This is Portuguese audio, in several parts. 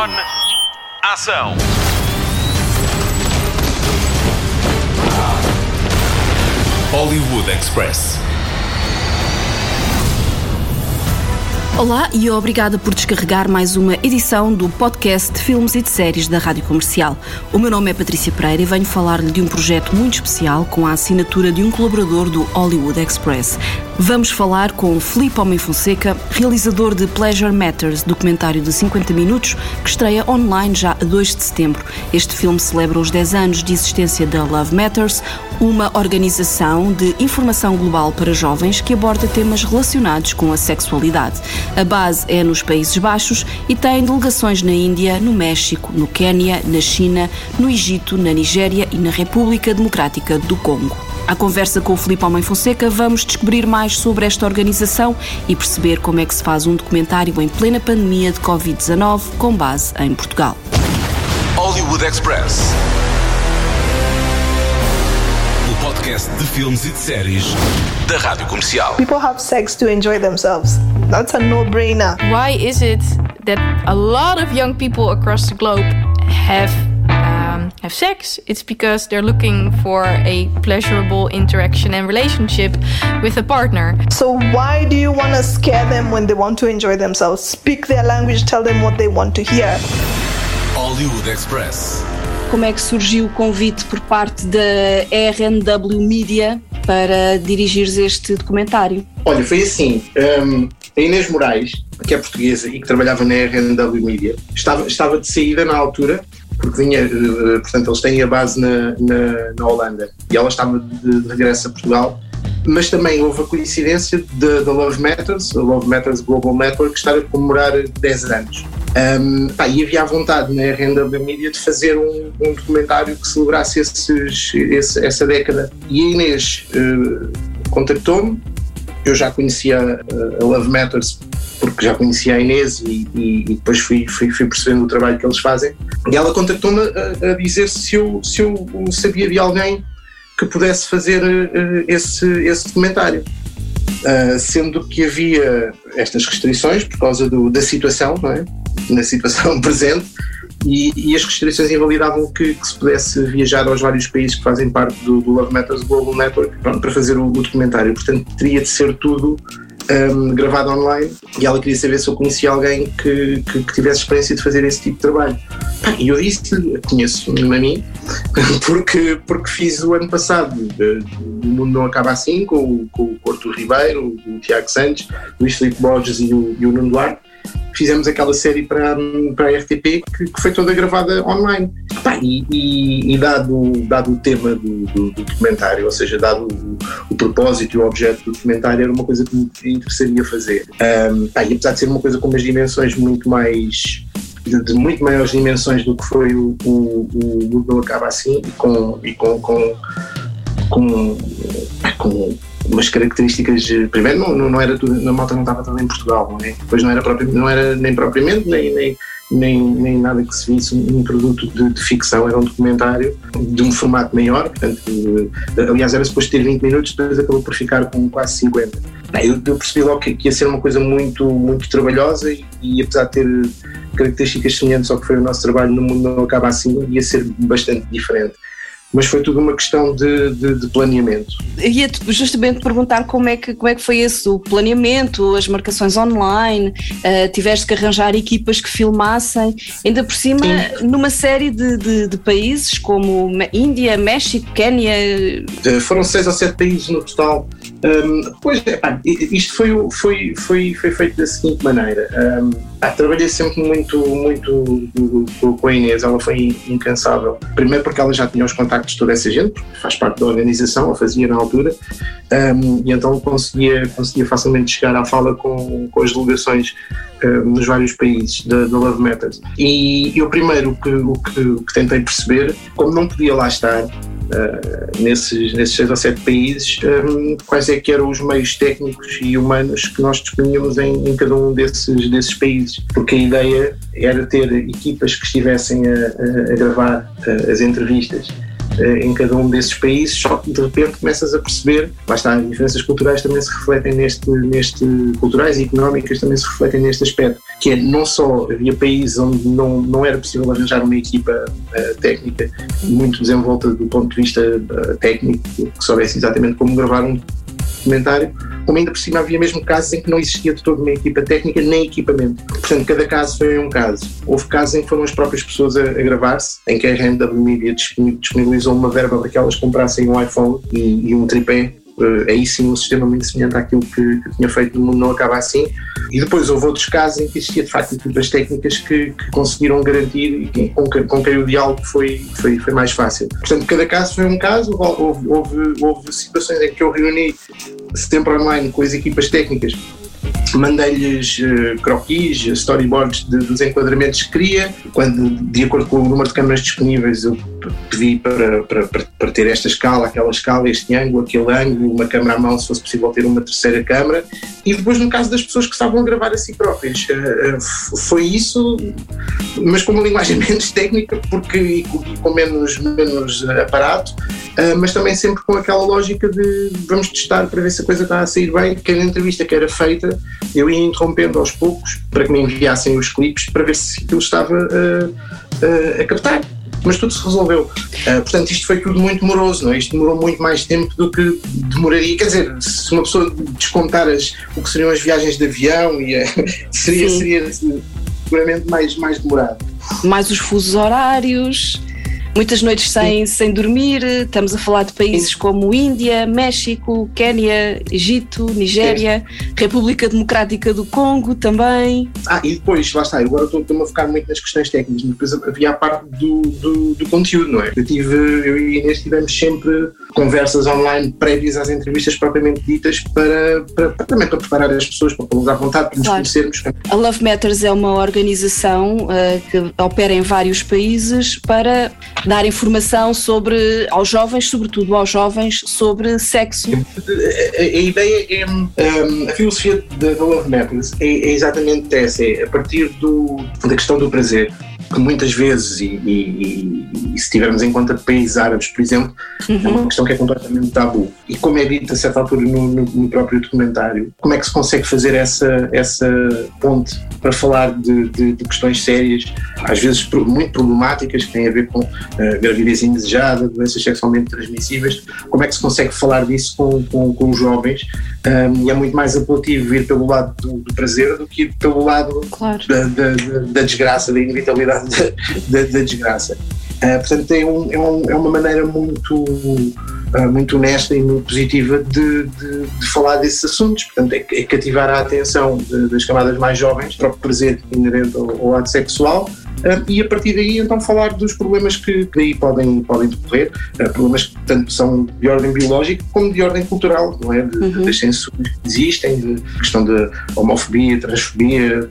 On. Ação. Hollywood Express. Olá e obrigada por descarregar mais uma edição do podcast de filmes e de séries da Rádio Comercial. O meu nome é Patrícia Pereira e venho falar-lhe de um projeto muito especial com a assinatura de um colaborador do Hollywood Express. Vamos falar com Filipe Homem Fonseca, realizador de Pleasure Matters, documentário de 50 minutos, que estreia online já a 2 de setembro. Este filme celebra os 10 anos de existência da Love Matters, uma organização de informação global para jovens que aborda temas relacionados com a sexualidade. A base é nos Países Baixos e tem delegações na Índia, no México, no Quénia, na China, no Egito, na Nigéria e na República Democrática do Congo. À conversa com o Filipe Homem Fonseca, vamos descobrir mais sobre esta organização e perceber como é que se faz um documentário em plena pandemia de Covid-19 com base em Portugal. Hollywood Express. O podcast de filmes e de séries da Rádio Comercial. People have sex to enjoy themselves. That's a no-brainer. Why is it that a lot of young people across the globe have sex? It's because they're looking for a pleasurable interaction and relationship with a partner. So why do you want to scare them when they want to enjoy themselves? Speak their language, tell them what they want to hear. Hollywood Express. Como é que surgiu o convite por parte da RNW Media para dirigires este documentário? Olha, foi assim, a Inês Moraes, que é portuguesa e que trabalhava na RNW Media, estava de saída na altura, porque vinha, portanto eles têm a base na Holanda, e ela estava de regresso a Portugal, mas também houve a coincidência da Love Matters, a Love Matters Global Network, estar a comemorar 10 anos. E havia a vontade na RNW Media de fazer um documentário que celebrasse essa década. E a Inês contactou-me. Eu já conhecia a Love Matters porque já conhecia a Inês e depois fui percebendo o trabalho que eles fazem. E ela contactou-me a dizer se eu sabia de alguém que pudesse fazer esse documentário. Sendo que havia estas restrições por causa da situação, não é? Na situação presente, e as restrições invalidavam que se pudesse viajar aos vários países que fazem parte do Love Matters Global Network para fazer o documentário. Portanto, teria de ser tudo gravado online, e ela queria saber se eu conhecia alguém que tivesse experiência de fazer esse tipo de trabalho. E eu disse-lhe, conheço-me a mim, porque fiz o ano passado O Mundo Não Acaba Assim, com o Artur Ribeiro, o Tiago Santos, o Luís Filipe Borges e o Nuno Duarte. Fizemos aquela série para a RTP que foi toda gravada online. E dado o tema do documentário, ou seja, dado o propósito e o objeto do documentário, era uma coisa que me interessaria fazer. E apesar de ser uma coisa com umas dimensões muito mais... de muito maiores dimensões do que foi o Mundo Não Acaba Assim, e com umas características. Primeiro, não era tudo, na malta não estava toda em Portugal, não é? Depois não era nem propriamente nem nada que se visse um produto de ficção, era um documentário de um formato maior, portanto, aliás era suposto ter 20 minutos, depois acabou por ficar com quase 50. Eu percebi logo que ia ser uma coisa muito, muito trabalhosa e apesar de ter características semelhantes ao que foi o nosso trabalho no Mundo Não Acaba Assim, ia ser bastante diferente. Mas foi tudo uma questão de planeamento. Ia-te justamente perguntar como é que foi esse o planeamento, as marcações online, tiveste que arranjar equipas que filmassem, ainda por cima. Sim. Numa série de países como Índia, México, Quénia. Foram 6 ou 7 países no total. Isto foi feito da seguinte maneira. Trabalhei sempre muito com a Inês, ela foi incansável. Primeiro porque ela já tinha os contactos de toda essa gente, porque faz parte da organização, ou fazia na altura, e então conseguia facilmente chegar à fala com as delegações nos vários países da Love Matters. E eu primeiro o que tentei perceber, como não podia lá estar, nesses 6 ou 7 países, quais é que eram os meios técnicos e humanos que nós disponíamos em cada um desses países, porque a ideia era ter equipas que estivessem a gravar as entrevistas em cada um desses países, só que de repente começas a perceber, lá está, as diferenças culturais também se refletem culturais e económicas também se refletem neste aspecto, que é não só havia países onde não era possível arranjar uma equipa técnica muito desenvolta do ponto de vista técnico, que soubesse exatamente como gravar um documentário, como ainda por cima havia mesmo casos em que não existia de toda uma equipa técnica nem equipamento. Portanto, cada caso foi um caso. Houve casos em que foram as próprias pessoas a gravar-se, em que a RNW Media disponibilizou uma verba para que elas comprassem um iPhone e um tripé. Aí sim um sistema muito semelhante àquilo que tinha feito no mundo não acaba assim. E depois houve outros casos em que existia de facto equipas técnicas que conseguiram garantir e com quem o diálogo foi mais fácil. Portanto, cada caso foi um caso. Houve situações em que eu reuni sempre online com as equipas técnicas, mandei-lhes croquis, storyboards dos enquadramentos que queria, quando, de acordo com o número de câmaras disponíveis, eu pedi para ter esta escala, aquela escala, este ângulo, aquele ângulo, uma câmara à mão, se fosse possível ter uma terceira câmara. E depois, no caso das pessoas que estavam a gravar a si próprias, foi isso, mas com uma linguagem menos técnica e com menos aparato, mas também sempre com aquela lógica de vamos testar para ver se a coisa está a sair bem. Cada entrevista que era feita, eu ia interrompendo aos poucos para que me enviassem os clipes para ver se aquilo estava a captar. Mas tudo se resolveu. Portanto, isto foi tudo muito demoroso, não é? Isto demorou muito mais tempo do que demoraria. Quer dizer, se uma pessoa descontar o que seriam as viagens de avião, seria seguramente mais demorado. Mais os fusos horários, muitas noites sem dormir. Estamos a falar de países como Índia, México, Quénia, Egito, Nigéria, República Democrática do Congo também. E depois, lá está, agora estou-me a focar muito nas questões técnicas, mas depois havia a parte do conteúdo, não é? Eu e a Inês tivemos sempre conversas online prévias às entrevistas propriamente ditas também para preparar as pessoas, para pô-las à vontade, para nos conhecermos. A Love Matters é uma organização que opera em vários países para dar informação aos jovens, sobretudo aos jovens, sobre sexo. A ideia a filosofia da Love Matters é exatamente essa, é a partir da questão do prazer, que muitas vezes, e se tivermos em conta países árabes, por exemplo, é uma questão que é completamente tabu. E como é dito a certa altura no próprio documentário, como é que se consegue fazer essa ponte para falar de questões sérias, às vezes muito problemáticas, que têm a ver com gravidez indesejada, doenças sexualmente transmissíveis, como é que se consegue falar disso com os jovens? E é muito mais apelativo vir pelo lado do prazer do que ir pelo lado da desgraça, da inevitabilidade da desgraça. Portanto, é uma maneira muito honesta e muito positiva de falar desses assuntos. Portanto, é cativar a atenção das camadas mais jovens para o prazer inerente ao ato sexual, e a partir daí então falar dos problemas que daí podem decorrer, problemas que tanto são de ordem biológica como de ordem cultural, não é? Das censuras que existem, de questão de homofobia, transfobia,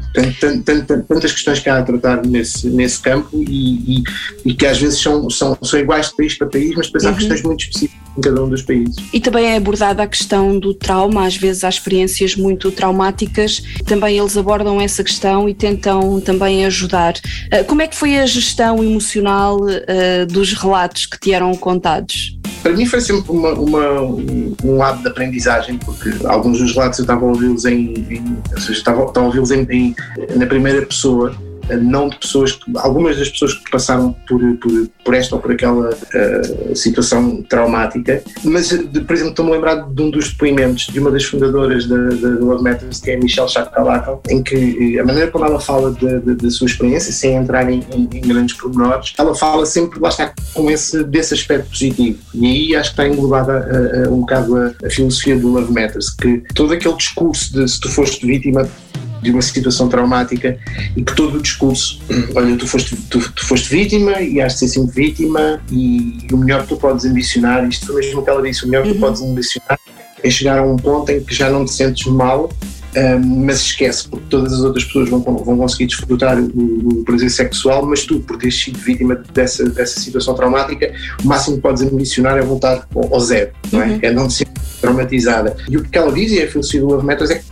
tantas questões que há a tratar nesse campo e que às vezes são iguais de país para país, mas depois há questões muito específicas em cada um dos países. E também é abordada a questão do trauma, às vezes há experiências muito traumáticas, também eles abordam essa questão e tentam também ajudar. Como é que foi a gestão emocional dos relatos que te eram contados? Para mim foi sempre um lado de aprendizagem, porque alguns dos relatos eu estava a ouvi-los estava a ouvi-los na primeira pessoa, não de pessoas, algumas das pessoas que passaram por esta ou por aquela situação traumática, mas, por exemplo, estou-me a lembrar de um dos depoimentos de uma das fundadoras da Love Matters, que é a Michelle Chakalaka, em que a maneira como ela fala da sua experiência, sem entrar em grandes pormenores, ela fala sempre, lá está, desse aspecto positivo, e aí acho que está englobada um bocado a filosofia do Love Matters, que todo aquele discurso de se tu foste vítima de uma situação traumática, e que todo o discurso, olha, tu foste vítima e has de ser sempre vítima, e o melhor que tu podes ambicionar, isto foi mesmo o que ela disse, o melhor que tu podes ambicionar é chegar a um ponto em que já não te sentes mal, mas esquece, porque todas as outras pessoas vão conseguir desfrutar o prazer sexual, mas tu, por teres sido vítima dessa situação traumática, o máximo que podes ambicionar é voltar ao zero, não é? É não te sentir traumatizada. E o que ela diz, e a filosofia do Love Matters, é que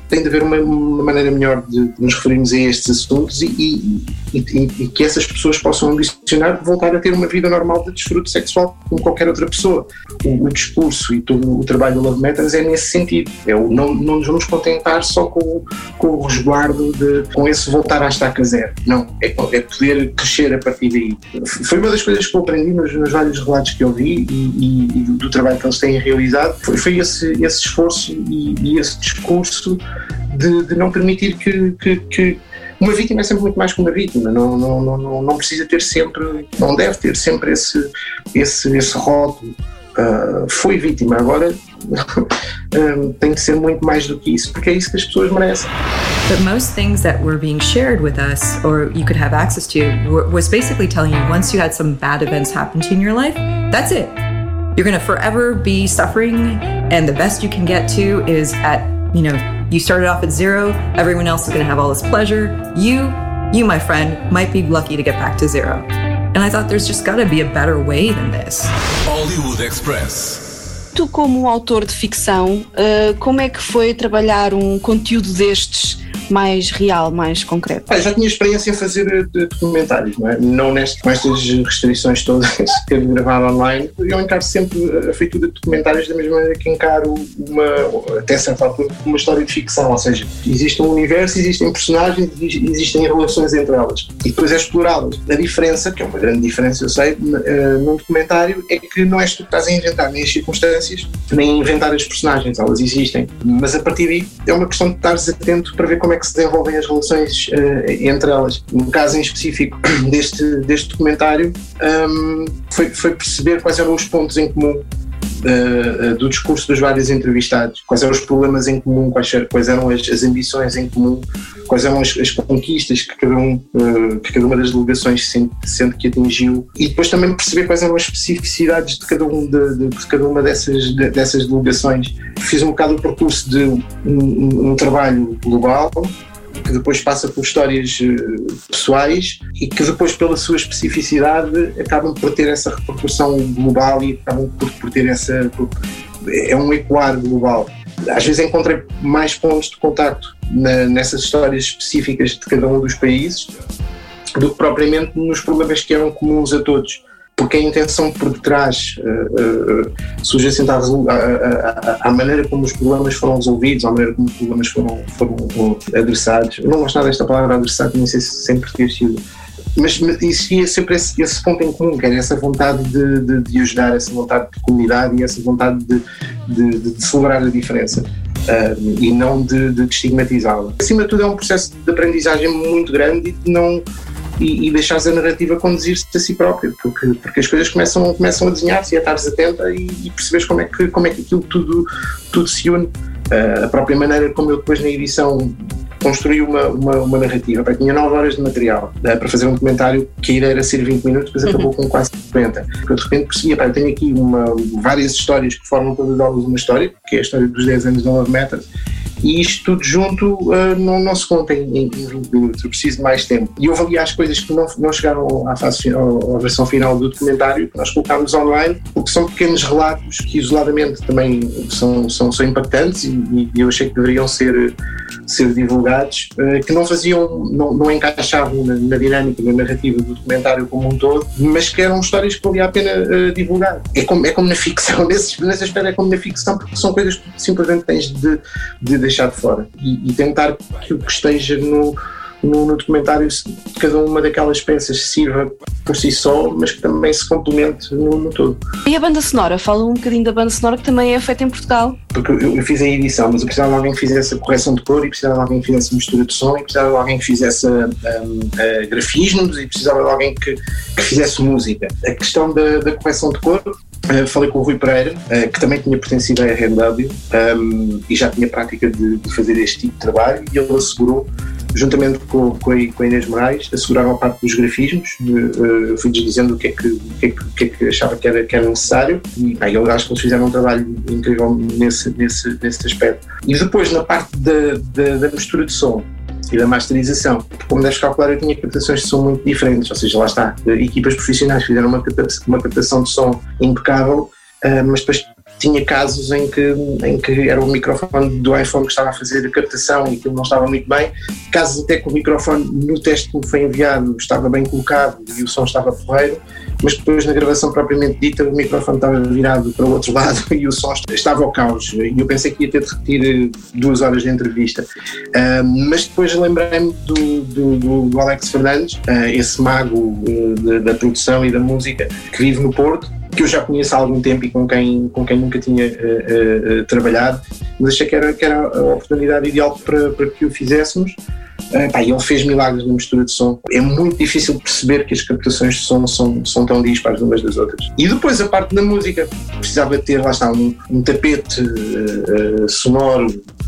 tem de haver uma maneira melhor de nos referirmos a estes assuntos e que essas pessoas possam ambicionar voltar a ter uma vida normal de desfrute sexual como qualquer outra pessoa. O discurso e todo o trabalho do Love Matters é nesse sentido. Não nos vamos contentar só com o resguardo com esse voltar à estaca zero. Não, é poder crescer a partir daí. Foi uma das coisas que eu aprendi nos vários relatos que eu vi e do trabalho que eles têm realizado, foi esse esforço e esse discurso de não permitir que uma vítima é sempre muito mais que uma vítima, não precisa ter sempre, não deve ter sempre esse rótulo. Foi vítima, agora tem de ser muito mais do que isso, porque é isso que as pessoas merecem. But most things that were being shared with us, or you could have access to, was basically telling you once you had some bad events happen to you in your life, that's it. You're going to forever be suffering, and the best you can get to is you started off at 0, everyone else is going to have all this pleasure. You, my friend, might be lucky to get back to 0. And I thought there's just got to be a better way than this. Hollywood Express. Tu, como autor de ficção, como é que foi trabalhar um conteúdo destes mais real, mais concreto? Já tinha experiência em fazer documentários, não é? Não com estas restrições todas de ter de gravar online. Eu encaro sempre a feitura de documentários da mesma maneira que encaro até certa altura, uma história de ficção, ou seja, existe um universo, existem personagens, existem relações entre elas e depois é explorá-las. A diferença, que é uma grande diferença, eu sei, num documentário é que não és tu que estás a inventar nem as circunstâncias, nem a inventar as personagens, elas existem, mas a partir daí é uma questão de estares atento para ver como é que se desenvolvem as relações entre elas. No caso em específico deste documentário, foi perceber quais eram os pontos em comum do discurso dos vários entrevistados, quais eram os problemas em comum, quais eram as ambições em comum, quais eram as conquistas que cada uma das delegações sente que atingiu, e depois também perceber quais eram as especificidades de cada uma dessas delegações. Fiz um bocado o percurso de um trabalho global, que depois passa por histórias pessoais e que depois, pela sua especificidade, acabam por ter essa repercussão global e acabam por ter é um ecoar global. Às vezes encontrei mais pontos de contacto nessas histórias específicas de cada um dos países do que propriamente nos problemas que eram comuns a todos, porque a intenção por detrás subjacente à maneira como os problemas foram resolvidos, à maneira como os problemas foram adressados. Eu não gosto nada desta palavra adressado, nem sei se em português se usa, mas existia sempre esse ponto em comum, que era essa vontade de ajudar, essa vontade de comunidade e essa vontade de celebrar a diferença. E não de estigmatizá-la. Acima de tudo é um processo de aprendizagem muito grande e deixares a narrativa conduzir-se a si próprio, porque as coisas começam a desenhar-se e a estares atenta e percebes como é que aquilo tudo se une. A própria maneira como eu depois na edição construí uma narrativa. Tinha 9 horas de material para fazer um documentário que a ideia era ser 20 minutos, depois acabou com quase 50. Eu de repente percebi, eu tenho aqui várias histórias que formam todas elas uma história, que é a história dos 10 anos do Love Matters, e isto tudo junto não se conta em 20 minutos, eu preciso de mais tempo. E houve ali as coisas que não chegaram à versão final do documentário, que nós colocámos online, porque são pequenos relatos que isoladamente também são impactantes e eu achei que deveriam ser divulgados, que não encaixavam na dinâmica, na narrativa do documentário como um todo, mas que eram histórias que valia a pena divulgar. É como na ficção, nesse aspecto é como na ficção, porque são coisas que simplesmente tens de deixar de fora e tentar que o que esteja no documentário, cada uma daquelas peças sirva por si só, mas que também se complemente no todo. E a banda sonora? Fala um bocadinho da banda sonora, que também é feita em Portugal. Porque eu fiz a edição, mas eu precisava de alguém que fizesse a correção de cor, e precisava de alguém que fizesse a mistura de som, e precisava de alguém que fizesse grafismos, e precisava de alguém que fizesse música. A questão da correção de cor, falei com o Rui Pereira, que também tinha pertencido à RNW e já tinha prática de fazer este tipo de trabalho, e ele assegurou, juntamente com a Inês Moraes, asseguraram a parte dos grafismos. Fui-lhes dizendo o que é que achava que era necessário, e eu acho que eles fizeram um trabalho incrível nesse aspecto. E depois, na parte da mistura de som e da masterização, como deves calcular, eu tinha captações de som muito diferentes, ou seja, lá está, equipas profissionais fizeram uma captação de som impecável, mas depois tinha casos em que era o microfone do iPhone que estava a fazer a captação e aquilo não estava muito bem, casos até que o microfone no teste que me foi enviado estava bem colocado e o som estava porreiro, mas depois na gravação propriamente dita o microfone estava virado para o outro lado e o som estava ao caos, e eu pensei que ia ter de repetir 2 horas de entrevista, mas depois lembrei-me do Alex Fernandes, esse mago da produção e da música que vive no Porto, que eu já conheço há algum tempo e com quem nunca tinha trabalhado, mas achei que era a oportunidade ideal para que o fizéssemos. Ele fez milagres na mistura de som. É muito difícil perceber que as captações de som são tão dispares umas das outras. E depois a parte da música, precisava ter, lá está, um tapete sonoro,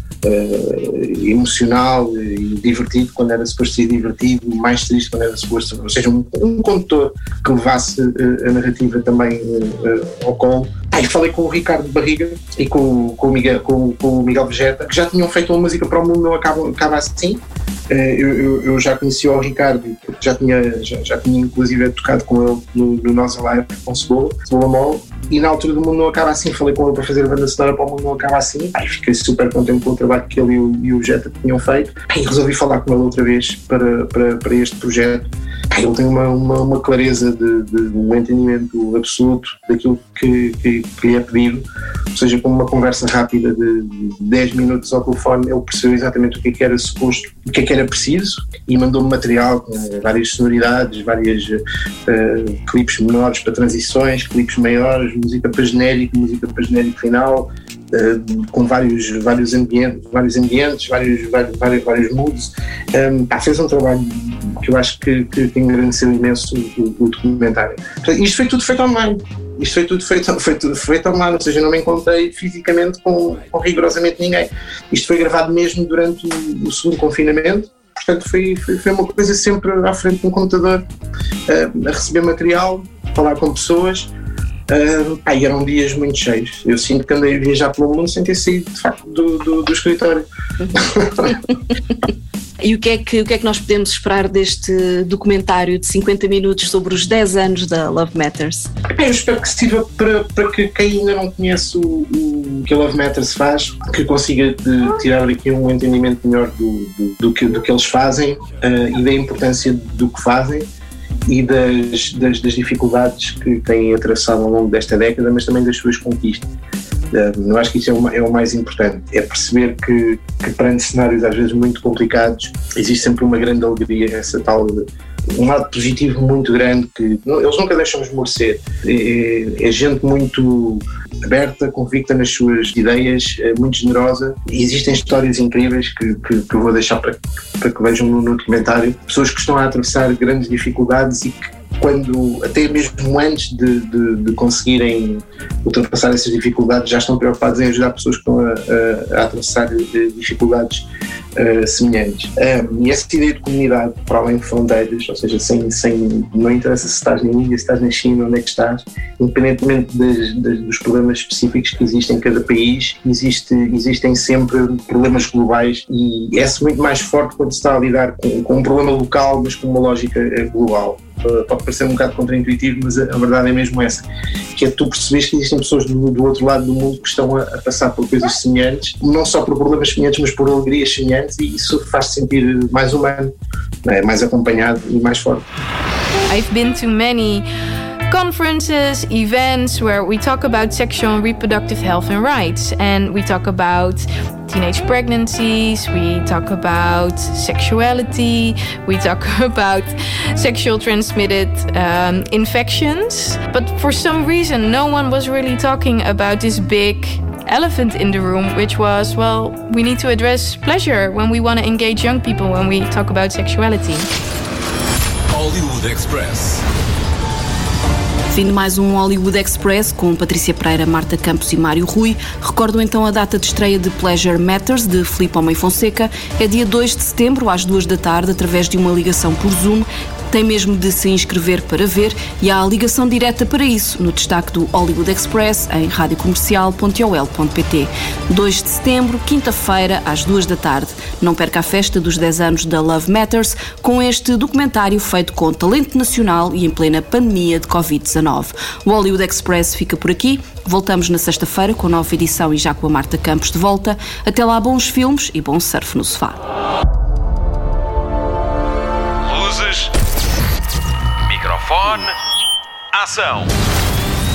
emocional e divertido quando era suposto ser divertido, mais triste quando era suposto, ou seja, um condutor que levasse a narrativa também ao colo. E falei com o Ricardo Barriga e com o Miguel Vegeta, que já tinham feito uma música para O Mundo Não Acaba Assim. Eu já conhecia o Ricardo, porque já tinha inclusive tocado com ele no nosso live com Cebola Mole, e na altura do Mundo Não Acaba Assim falei com ele para fazer a banda sonora para O Mundo Não Acaba Assim. Fiquei super contente com o trabalho que ele e o Vegeta tinham feito, e resolvi falar com ele outra vez para este projeto. Ele tem uma clareza de um entendimento absoluto daquilo que lhe é pedido, ou seja, com uma conversa rápida de 10 minutos ao telefone, ele percebeu exatamente o que é que era suposto, o que é que era preciso, e mandou-me material com várias sonoridades, vários clipes menores para transições, clipes maiores, música para genérico final, com vários ambientes, vários moods. Fez um trabalho que eu acho que engrandeceu imenso o documentário. Portanto, isto foi tudo feito online. Online, ou seja, não me encontrei fisicamente com rigorosamente ninguém. Isto foi gravado mesmo durante o segundo confinamento. Portanto, foi uma coisa sempre à frente de um computador, a receber material, falar com pessoas. Eram dias muito cheios. Eu sinto que andei a viajar pelo mundo sem ter saído de facto do escritório. E o que é que nós podemos esperar deste documentário de 50 minutos sobre os 10 anos da Love Matters? Eu espero que sirva para que quem ainda não conhece o que a Love Matters faz, que consiga tirar daqui um entendimento melhor do que eles fazem, e da importância do que fazem e das dificuldades que têm atravessado ao longo desta década, mas também das suas conquistas. Eu acho que isso é o mais importante, é perceber que perante cenários às vezes muito complicados existe sempre uma grande alegria, essa tal, um lado positivo muito grande que eles nunca deixam esmorecer. É gente muito aberta, convicta nas suas ideias, muito generosa, e existem histórias incríveis que eu vou deixar para que vejam no documentário, pessoas que estão a atravessar grandes dificuldades e que até mesmo antes de conseguirem ultrapassar essas dificuldades, já estão preocupados em ajudar pessoas que estão a atravessar dificuldades semelhantes. E essa ideia de comunidade para além de fronteiras, ou seja, não interessa se estás na Índia, se estás na China, onde é que estás, independentemente dos problemas específicos que existem em cada país, existem sempre problemas globais, e é muito mais forte quando se está a lidar com um problema local, mas com uma lógica global. Pode parecer um bocado contraintuitivo, mas a verdade é mesmo essa, que é tu percebes que existem pessoas do outro lado do mundo que estão a passar por coisas semelhantes, não só por problemas semelhantes, mas por alegrias semelhantes, e isso faz-te sentir mais humano, mais acompanhado e mais forte. I've been to many conferences, events where we talk about sexual and reproductive health and rights, and we talk about teenage pregnancies, we talk about sexuality, we talk about sexual transmitted infections, but for some reason no one was really talking about this big elephant in the room, which was, well, we need to address pleasure when we want to engage young people when we talk about sexuality. Hollywood Express. Fim de mais um Hollywood Express com Patrícia Pereira, Marta Campos e Mário Rui. Recordo então a data de estreia de Pleasure Matters, de Filipe Homem Fonseca. É dia 2 de setembro, às 2 da tarde, através de uma ligação por Zoom. Tem mesmo de se inscrever para ver e há a ligação direta para isso no destaque do Hollywood Express em radiocomercial.ol.pt. 2 de setembro, quinta-feira, às 2 da tarde. Não perca a festa dos 10 anos da Love Matters com este documentário feito com talento nacional e em plena pandemia de Covid-19. O Hollywood Express fica por aqui. Voltamos na sexta-feira com a nova edição e já com a Marta Campos de volta. Até lá, bons filmes e bom surf no sofá. Luzes, microfone, ação.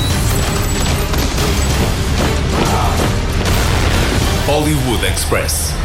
Hollywood Express.